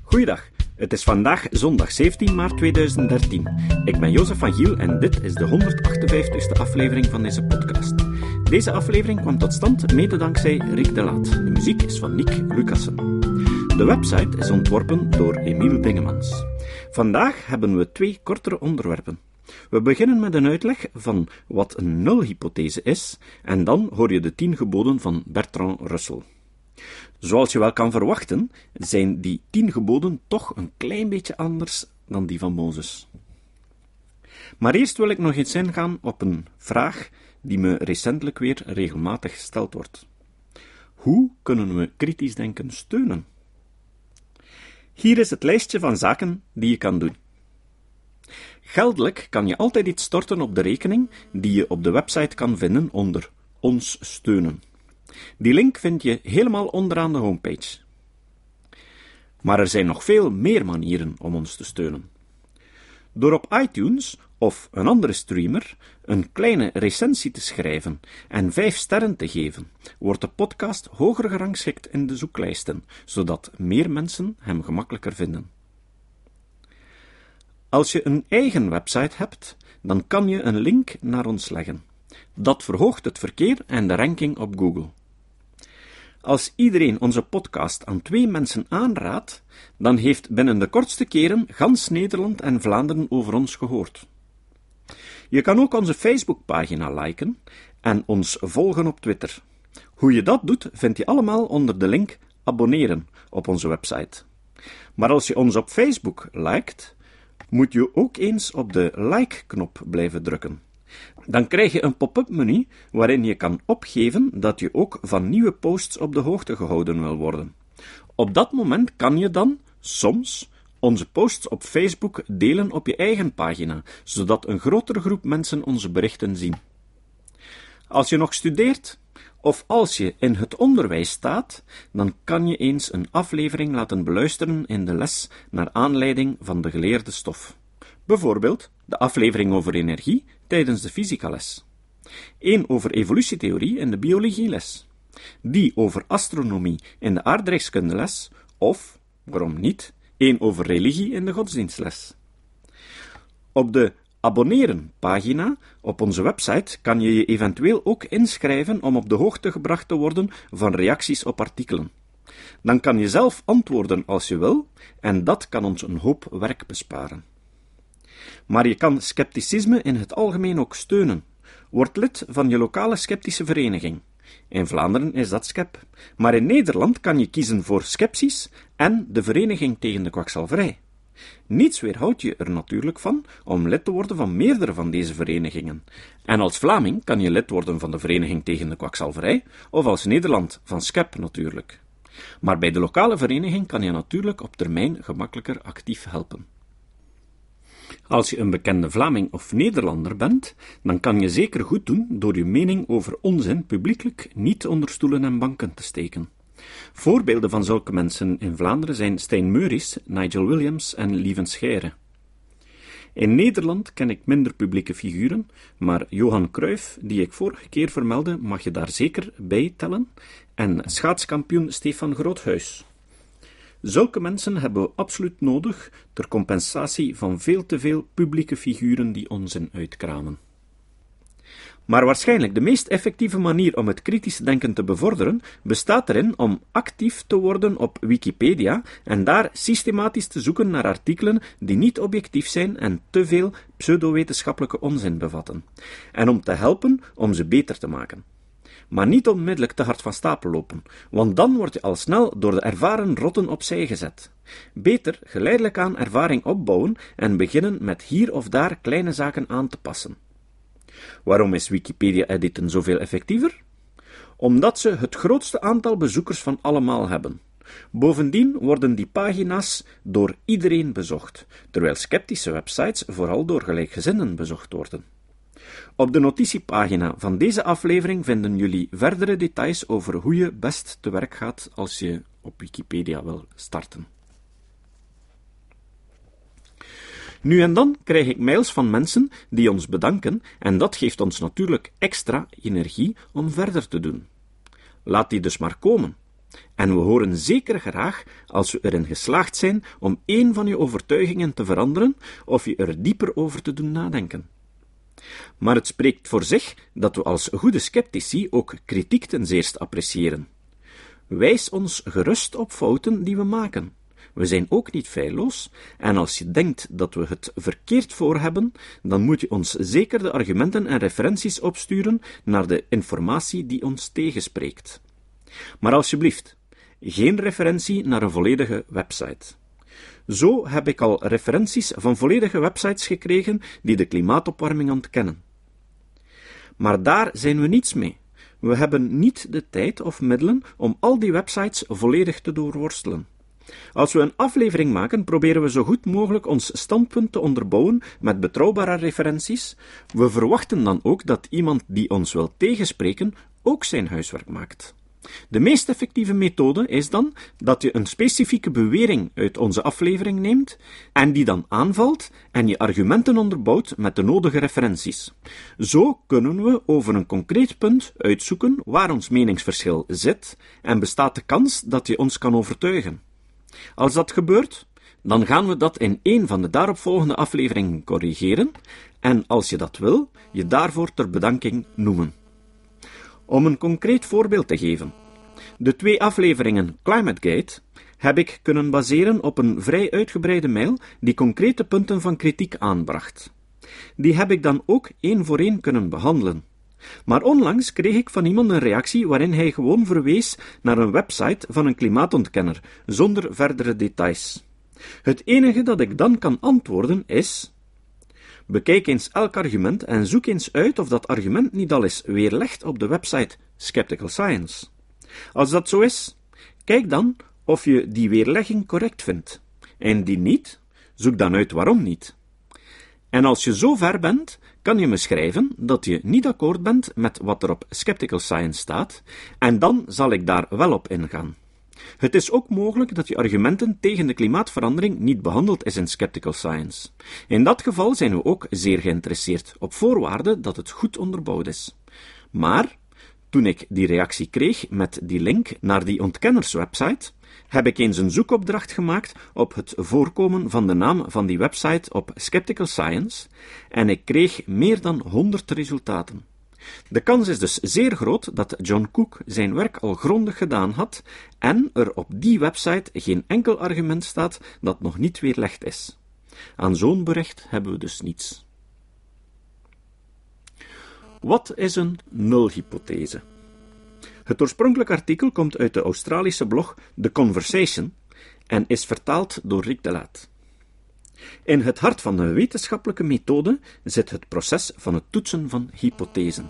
Goeiedag, het is vandaag zondag 17 maart 2013. Ik ben Jozef van Giel en dit is de 158e aflevering van deze podcast. Deze aflevering kwam tot stand mede dankzij Rick de Laat. De muziek is van Nick Lucassen. De website is ontworpen door Emiel Dingemans. Vandaag hebben we 2 kortere onderwerpen. We beginnen met een uitleg van wat een nulhypothese is en dan hoor je de 10 geboden van Bertrand Russell. Zoals je wel kan verwachten, zijn die 10 geboden toch een klein beetje anders dan die van Mozes. Maar eerst wil ik nog eens ingaan op een vraag die me recentelijk weer regelmatig gesteld wordt. Hoe kunnen we kritisch denken steunen? Hier is het lijstje van zaken die je kan doen. Geldelijk kan je altijd iets storten op de rekening die je op de website kan vinden onder Ons steunen. Die link vind je helemaal onderaan de homepage. Maar er zijn nog veel meer manieren om ons te steunen. Door op iTunes of een andere streamer een kleine recensie te schrijven en 5 sterren te geven, wordt de podcast hoger gerangschikt in de zoeklijsten, zodat meer mensen hem gemakkelijker vinden. Als je een eigen website hebt, dan kan je een link naar ons leggen. Dat verhoogt het verkeer en de ranking op Google. Als iedereen onze podcast aan 2 mensen aanraadt, dan heeft binnen de kortste keren gans Nederland en Vlaanderen over ons gehoord. Je kan ook onze Facebookpagina liken en ons volgen op Twitter. Hoe je dat doet, vind je allemaal onder de link abonneren op onze website. Maar als je ons op Facebook liked, moet je ook eens op de like-knop blijven drukken. Dan krijg je een pop-up menu waarin je kan opgeven dat je ook van nieuwe posts op de hoogte gehouden wil worden. Op dat moment kan je dan, soms, onze posts op Facebook delen op je eigen pagina, zodat een grotere groep mensen onze berichten zien. Als je nog studeert, of als je in het onderwijs staat, dan kan je eens een aflevering laten beluisteren in de les naar aanleiding van de geleerde stof. Bijvoorbeeld de aflevering over energie tijdens de fysicales, 1 over evolutietheorie in de biologieles, die over astronomie in de aardrijkskundeles, of, waarom niet, 1 over religie in de godsdienstles. Op de abonneren-pagina op onze website kan je je eventueel ook inschrijven om op de hoogte gebracht te worden van reacties op artikelen. Dan kan je zelf antwoorden als je wil, en dat kan ons een hoop werk besparen. Maar je kan scepticisme in het algemeen ook steunen. Word lid van je lokale sceptische vereniging. In Vlaanderen is dat SCEP. Maar in Nederland kan je kiezen voor Skepsis en de Vereniging tegen de Kwakzalverij. Niets weerhoudt je er natuurlijk van om lid te worden van meerdere van deze verenigingen. En als Vlaming kan je lid worden van de Vereniging tegen de Kwakzalverij, of als Nederland van SCEP natuurlijk. Maar bij de lokale vereniging kan je natuurlijk op termijn gemakkelijker actief helpen. Als je een bekende Vlaming of Nederlander bent, dan kan je zeker goed doen door je mening over onzin publiekelijk niet onder stoelen en banken te steken. Voorbeelden van zulke mensen in Vlaanderen zijn Stijn Meuris, Nigel Williams en Lieven Scheire. In Nederland ken ik minder publieke figuren, maar Johan Cruijff, die ik vorige keer vermeldde, mag je daar zeker bij tellen, en schaatskampioen Stefan Groothuis. Zulke mensen hebben we absoluut nodig ter compensatie van veel te veel publieke figuren die onzin uitkramen. Maar waarschijnlijk de meest effectieve manier om het kritisch denken te bevorderen bestaat erin om actief te worden op Wikipedia en daar systematisch te zoeken naar artikelen die niet objectief zijn en te veel pseudowetenschappelijke onzin bevatten, en om te helpen om ze beter te maken. Maar niet onmiddellijk te hard van stapel lopen, want dan word je al snel door de ervaren rotten opzij gezet. Beter geleidelijk aan ervaring opbouwen en beginnen met hier of daar kleine zaken aan te passen. Waarom is Wikipedia-editen zoveel effectiever? Omdat ze het grootste aantal bezoekers van allemaal hebben. Bovendien worden die pagina's door iedereen bezocht, terwijl sceptische websites vooral door gelijkgezinden bezocht worden. Op de notitiepagina van deze aflevering vinden jullie verdere details over hoe je best te werk gaat als je op Wikipedia wil starten. Nu en dan krijg ik mails van mensen die ons bedanken en dat geeft ons natuurlijk extra energie om verder te doen. Laat die dus maar komen. En we horen zeker graag als we erin geslaagd zijn om één van je overtuigingen te veranderen of je er dieper over te doen nadenken. Maar het spreekt voor zich dat we als goede sceptici ook kritiek ten zeerst appreciëren. Wijs ons gerust op fouten die we maken. We zijn ook niet feilloos, en als je denkt dat we het verkeerd voor hebben, dan moet je ons zeker de argumenten en referenties opsturen naar de informatie die ons tegenspreekt. Maar alsjeblieft, geen referentie naar een volledige website. Zo heb ik al referenties van volledige websites gekregen die de klimaatopwarming ontkennen. Maar daar zijn we niets mee. We hebben niet de tijd of middelen om al die websites volledig te doorworstelen. Als we een aflevering maken, proberen we zo goed mogelijk ons standpunt te onderbouwen met betrouwbare referenties. We verwachten dan ook dat iemand die ons wil tegenspreken ook zijn huiswerk maakt. De meest effectieve methode is dan dat je een specifieke bewering uit onze aflevering neemt en die dan aanvalt en je argumenten onderbouwt met de nodige referenties. Zo kunnen we over een concreet punt uitzoeken waar ons meningsverschil zit en bestaat de kans dat je ons kan overtuigen. Als dat gebeurt, dan gaan we dat in een van de daaropvolgende afleveringen corrigeren en als je dat wil, je daarvoor ter bedanking noemen. Om een concreet voorbeeld te geven. De 2 afleveringen ClimateGate heb ik kunnen baseren op een vrij uitgebreide mail die concrete punten van kritiek aanbracht. Die heb ik dan ook 1 voor 1 kunnen behandelen. Maar onlangs kreeg ik van iemand een reactie waarin hij gewoon verwees naar een website van een klimaatontkenner, zonder verdere details. Het enige dat ik dan kan antwoorden is: bekijk eens elk argument en zoek eens uit of dat argument niet al is weerlegd op de website Skeptical Science. Als dat zo is, kijk dan of je die weerlegging correct vindt. En indien niet, zoek dan uit waarom niet. En als je zo ver bent, kan je me schrijven dat je niet akkoord bent met wat er op Skeptical Science staat, en dan zal ik daar wel op ingaan. Het is ook mogelijk dat je argumenten tegen de klimaatverandering niet behandeld is in Skeptical Science. In dat geval zijn we ook zeer geïnteresseerd, op voorwaarde dat het goed onderbouwd is. Maar toen ik die reactie kreeg met die link naar die ontkennerswebsite, heb ik eens een zoekopdracht gemaakt op het voorkomen van de naam van die website op Skeptical Science en ik kreeg meer dan 100 resultaten. De kans is dus zeer groot dat John Cook zijn werk al grondig gedaan had en er op die website geen enkel argument staat dat nog niet weerlegd is. Aan zo'n bericht hebben we dus niets. Wat is een nulhypothese? Het oorspronkelijke artikel komt uit de Australische blog The Conversation en is vertaald door Rick de Laat. In het hart van de wetenschappelijke methode zit het proces van het toetsen van hypothesen.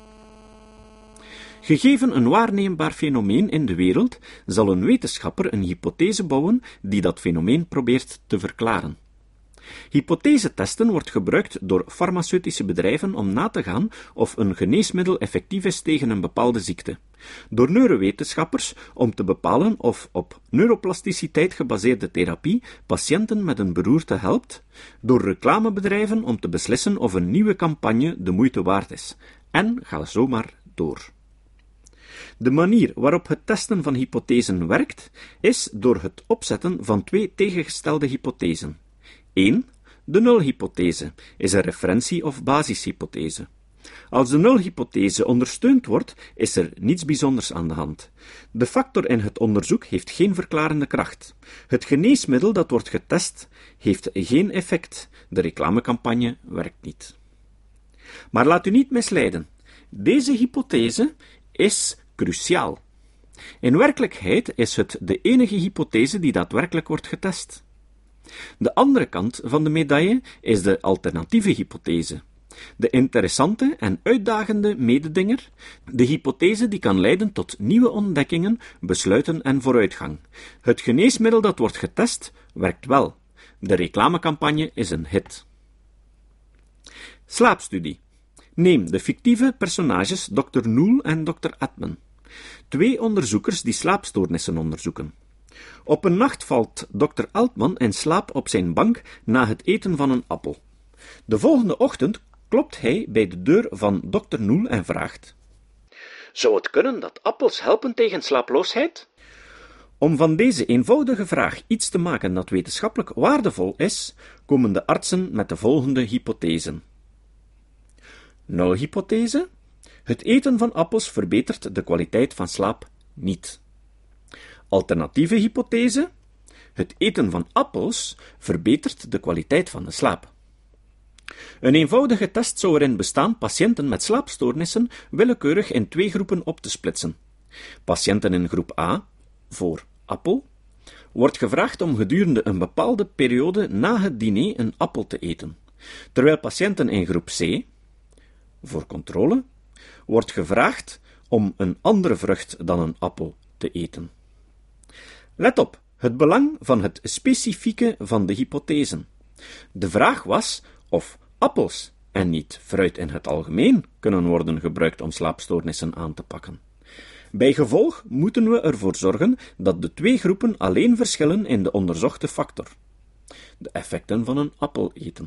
Gegeven een waarneembaar fenomeen in de wereld, zal een wetenschapper een hypothese bouwen die dat fenomeen probeert te verklaren. Hypothesetesten wordt gebruikt door farmaceutische bedrijven om na te gaan of een geneesmiddel effectief is tegen een bepaalde ziekte. Door neurowetenschappers om te bepalen of op neuroplasticiteit gebaseerde therapie patiënten met een beroerte helpt. Door reclamebedrijven om te beslissen of een nieuwe campagne de moeite waard is. En ga zo maar door. De manier waarop het testen van hypothesen werkt, is door het opzetten van 2 tegengestelde hypothesen. 1. De nulhypothese is een referentie- of basishypothese. Als de nulhypothese ondersteund wordt, is er niets bijzonders aan de hand. De factor in het onderzoek heeft geen verklarende kracht. Het geneesmiddel dat wordt getest, heeft geen effect. De reclamecampagne werkt niet. Maar laat u niet misleiden. Deze hypothese is cruciaal. In werkelijkheid is het de enige hypothese die daadwerkelijk wordt getest. De andere kant van de medaille is de alternatieve hypothese. De interessante en uitdagende mededinger, de hypothese die kan leiden tot nieuwe ontdekkingen, besluiten en vooruitgang. Het geneesmiddel dat wordt getest, werkt wel. De reclamecampagne is een hit. Slaapstudie. Neem de fictieve personages Dr. Noel en Dr. Atman. 2 onderzoekers die slaapstoornissen onderzoeken. Op een nacht valt Dr. Altman in slaap op zijn bank na het eten van een appel. De volgende ochtend klopt hij bij de deur van Dr. Noel en vraagt: zou het kunnen dat appels helpen tegen slaaploosheid? Om van deze eenvoudige vraag iets te maken dat wetenschappelijk waardevol is, komen de artsen met de volgende hypothesen. Nulhypothese: het eten van appels verbetert de kwaliteit van slaap niet. Alternatieve hypothese: het eten van appels verbetert de kwaliteit van de slaap. Een eenvoudige test zou erin bestaan patiënten met slaapstoornissen willekeurig in 2 groepen op te splitsen. Patiënten in groep A, voor appel, wordt gevraagd om gedurende een bepaalde periode na het diner een appel te eten, terwijl patiënten in groep C, voor controle, wordt gevraagd om een andere vrucht dan een appel te eten. Let op, het belang van het specifieke van de hypothesen. De vraag was of appels, en niet fruit in het algemeen, kunnen worden gebruikt om slaapstoornissen aan te pakken. Bij gevolg moeten we ervoor zorgen dat de 2 groepen alleen verschillen in de onderzochte factor. De effecten van een appel eten.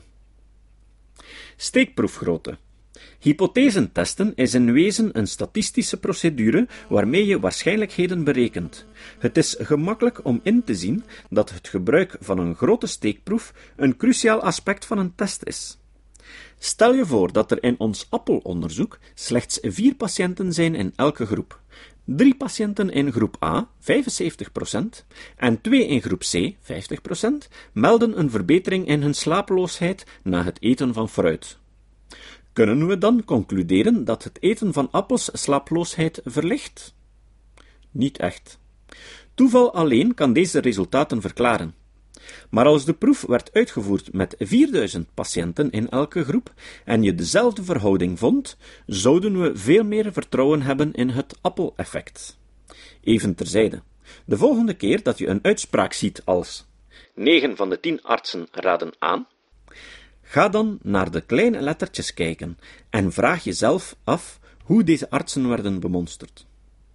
Steekproefgrootte. Hypothesentesten is in wezen een statistische procedure waarmee je waarschijnlijkheden berekent. Het is gemakkelijk om in te zien dat het gebruik van een grote steekproef een cruciaal aspect van een test is. Stel je voor dat er in ons appelonderzoek slechts 4 patiënten zijn in elke groep. 3 patiënten in groep A, 75%, en 2 in groep C, 50%, melden een verbetering in hun slapeloosheid na het eten van fruit. Kunnen we dan concluderen dat het eten van appels slaaploosheid verlicht? Niet echt. Toeval alleen kan deze resultaten verklaren. Maar als de proef werd uitgevoerd met 4000 patiënten in elke groep en je dezelfde verhouding vond, zouden we veel meer vertrouwen hebben in het appeleffect. Even terzijde. De volgende keer dat je een uitspraak ziet als 9 van de 10 artsen raden aan, ga dan naar de kleine lettertjes kijken en vraag jezelf af hoe deze artsen werden bemonsterd.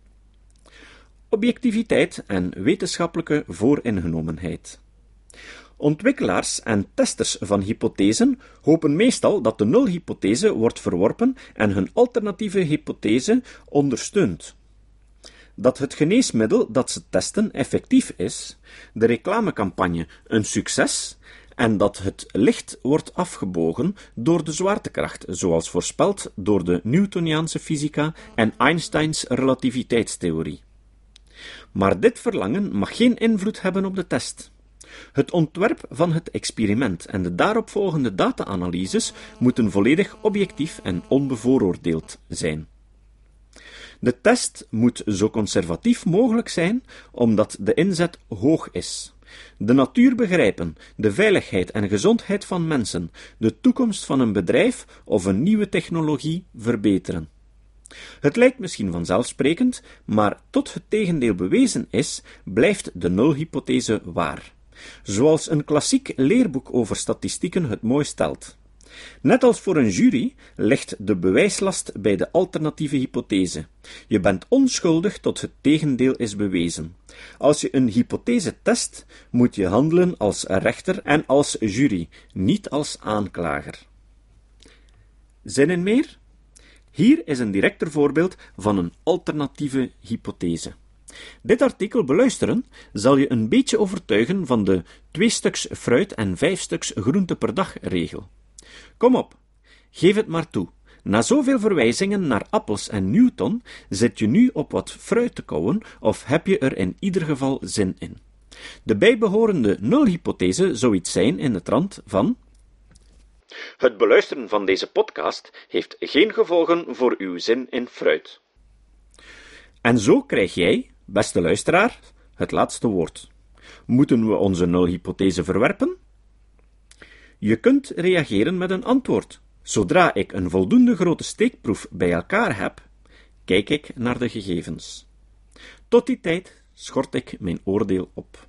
Objectiviteit en wetenschappelijke vooringenomenheid. Ontwikkelaars en testers van hypothesen hopen meestal dat de nulhypothese wordt verworpen en hun alternatieve hypothese ondersteunt. Dat het geneesmiddel dat ze testen effectief is, de reclamecampagne een succes en dat het licht wordt afgebogen door de zwaartekracht, zoals voorspeld door de Newtoniaanse fysica en Einsteins relativiteitstheorie. Maar dit verlangen mag geen invloed hebben op de test. Het ontwerp van het experiment en de daaropvolgende data-analyses moeten volledig objectief en onbevooroordeeld zijn. De test moet zo conservatief mogelijk zijn, omdat de inzet hoog is. De natuur begrijpen, de veiligheid en gezondheid van mensen, de toekomst van een bedrijf of een nieuwe technologie verbeteren. Het lijkt misschien vanzelfsprekend, maar tot het tegendeel bewezen is, blijft de nulhypothese waar. Zoals een klassiek leerboek over statistieken het mooi stelt. Net als voor een jury ligt de bewijslast bij de alternatieve hypothese. Je bent onschuldig tot het tegendeel is bewezen. Als je een hypothese test, moet je handelen als rechter en als jury, niet als aanklager. Zin in meer? Hier is een directer voorbeeld van een alternatieve hypothese. Dit artikel beluisteren zal je een beetje overtuigen van de 2 stuks fruit en 5 stuks groente per dag regel. Kom op, geef het maar toe. Na zoveel verwijzingen naar appels en Newton, zit je nu op wat fruit te kauwen of heb je er in ieder geval zin in. De bijbehorende nulhypothese zou iets zijn in de trant van: het beluisteren van deze podcast heeft geen gevolgen voor uw zin in fruit. En zo krijg jij, beste luisteraar, het laatste woord. Moeten we onze nulhypothese verwerpen? Je kunt reageren met een antwoord. Zodra ik een voldoende grote steekproef bij elkaar heb, kijk ik naar de gegevens. Tot die tijd schort ik mijn oordeel op.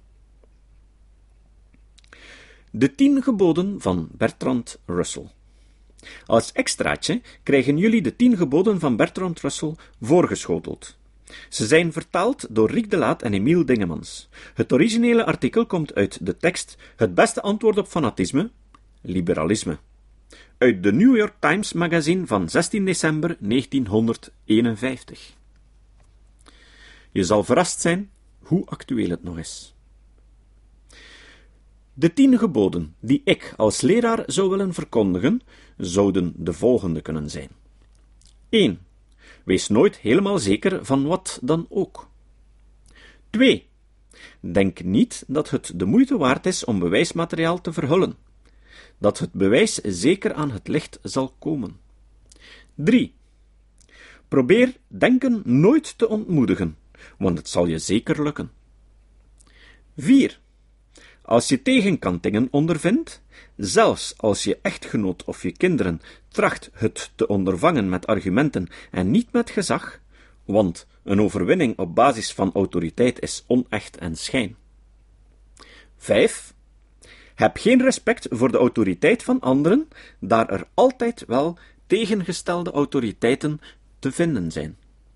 De 10 geboden van Bertrand Russell. Als extraatje krijgen jullie de 10 geboden van Bertrand Russell voorgeschoteld. Ze zijn vertaald door Riek de Laat en Emiel Dingemans. Het originele artikel komt uit de tekst Het beste antwoord op fanatisme, liberalisme. Uit de New York Times magazine van 16 december 1951. Je zal verrast zijn hoe actueel het nog is. De 10 geboden die ik als leraar zou willen verkondigen, zouden de volgende kunnen zijn. 1. Wees nooit helemaal zeker van wat dan ook. 2. Denk niet dat het de moeite waard is om bewijsmateriaal te verhullen. Dat het bewijs zeker aan het licht zal komen. 3. Probeer denken nooit te ontmoedigen, want het zal je zeker lukken. 4. Als je tegenkantingen ondervindt, zelfs als je echtgenoot of je kinderen tracht het te ondervangen met argumenten en niet met gezag, want een overwinning op basis van autoriteit is onecht en schijn. 5. Heb geen respect voor de autoriteit van anderen, daar er altijd wel tegengestelde autoriteiten te vinden zijn.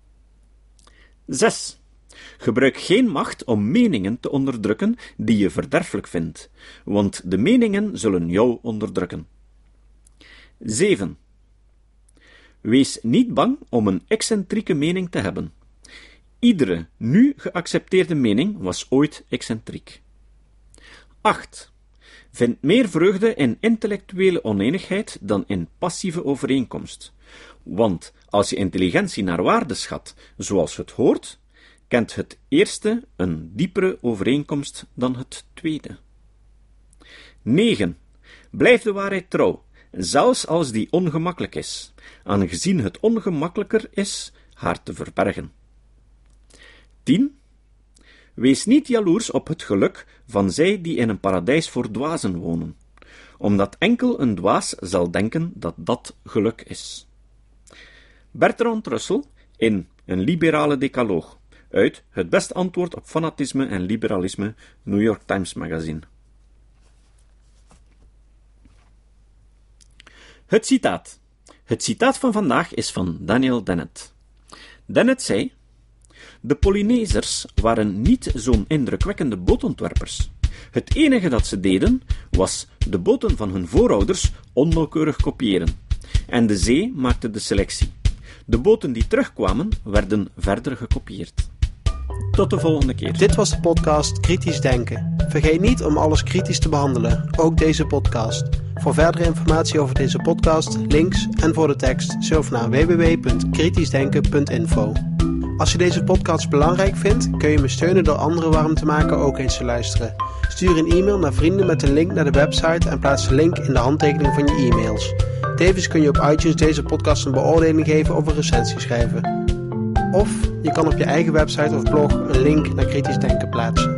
6. Gebruik geen macht om meningen te onderdrukken die je verderfelijk vindt, want de meningen zullen jou onderdrukken. 7. Wees niet bang om een excentrieke mening te hebben. Iedere nu geaccepteerde mening was ooit excentriek. 8. Vind meer vreugde in intellectuele oneenigheid dan in passieve overeenkomst, want als je intelligentie naar waarde schat, zoals het hoort, kent het eerste een diepere overeenkomst dan het tweede. 9. Blijf de waarheid trouw, zelfs als die ongemakkelijk is, aangezien het ongemakkelijker is haar te verbergen. 10. Wees niet jaloers op het geluk van zij die in een paradijs voor dwazen wonen, omdat enkel een dwaas zal denken dat dat geluk is. Bertrand Russell in Een liberale decaloog, uit Het beste antwoord op fanatisme en liberalisme, New York Times Magazine. Het citaat. Het citaat van vandaag is van Daniel Dennett. Dennett zei: de Polynesiërs waren niet zo'n indrukwekkende bootontwerpers. Het enige dat ze deden, was de boten van hun voorouders onnauwkeurig kopiëren. En de zee maakte de selectie. De boten die terugkwamen, werden verder gekopieerd. Tot de volgende keer. Dit was de podcast Kritisch Denken. Vergeet niet om alles kritisch te behandelen, ook deze podcast. Voor verdere informatie over deze podcast, links en voor de tekst, surf naar www.kritischdenken.info. Als je deze podcast belangrijk vindt, kun je me steunen door anderen warm te maken ook eens te luisteren. Stuur een e-mail naar vrienden met een link naar de website en plaats de link in de handtekening van je e-mails. Tevens kun je op iTunes deze podcast een beoordeling geven of een recensie schrijven. Of je kan op je eigen website of blog een link naar Kritisch Denken plaatsen.